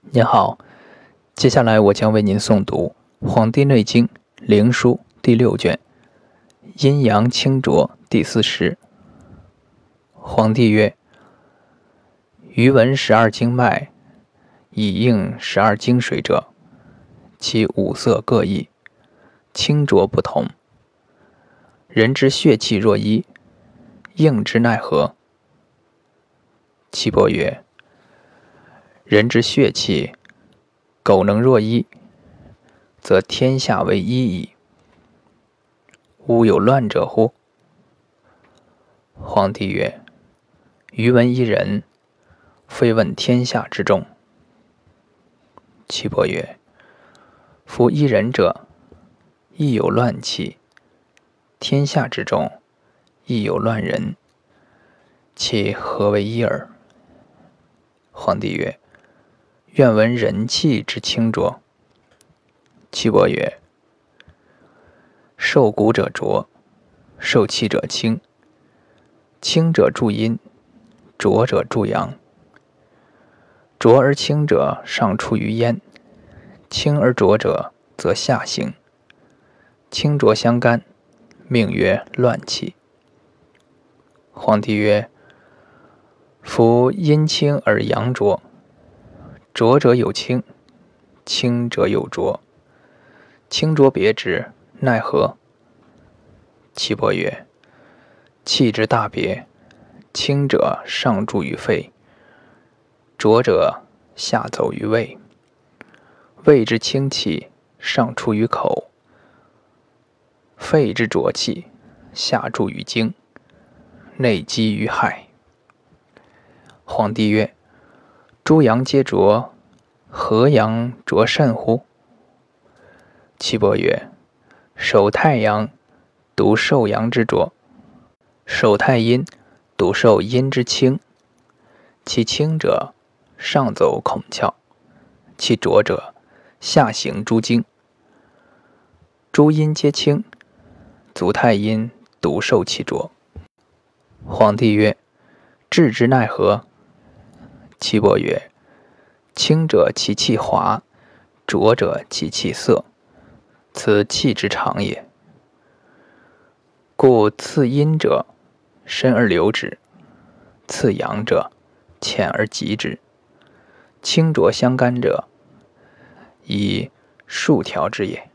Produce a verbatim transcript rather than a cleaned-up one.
您好，接下来我将为您诵读《黄帝内经·灵枢》第六卷《阴阳清浊》第四十。黄帝曰：余闻十二经脉，以应十二经水者，其五色各异，清浊不同。人之血气若一，应之奈何？岐伯曰：人之血气，苟能若一，则天下为一矣。吾有乱者乎？黄帝曰：余闻一人，非问天下之众。岐伯曰：夫一人者，亦有乱气；天下之众，亦有乱人，其何为一耳？黄帝曰：愿闻人气之清浊。岐伯曰：受谷者浊，受气者清。清者助阴，浊者助阳。浊而清者上出于咽，清而浊者则下行。清浊相干，命曰乱气。黄帝曰：夫阴清而阳浊，浊者有清，清者有浊，清浊别之，奈何？岐伯曰：气之大别，清者上注于肺，浊者下走于胃。胃之清气上出于口，肺之浊气下注于经，内积于海。黄帝曰：诸阳皆浊，何阳浊甚乎？岐伯曰：守太阳，独受阳之浊；守太阴，独受阴之清。其清者，上走孔窍；其浊者，下行诸经。诸阴皆清，足太阴独受其浊。黄帝曰：治之奈何？岐伯曰：清者其气滑，浊者其气涩，此气之常也。故次阴者，深而流之；次阳者，浅而急之。清浊相干者，以数调之也。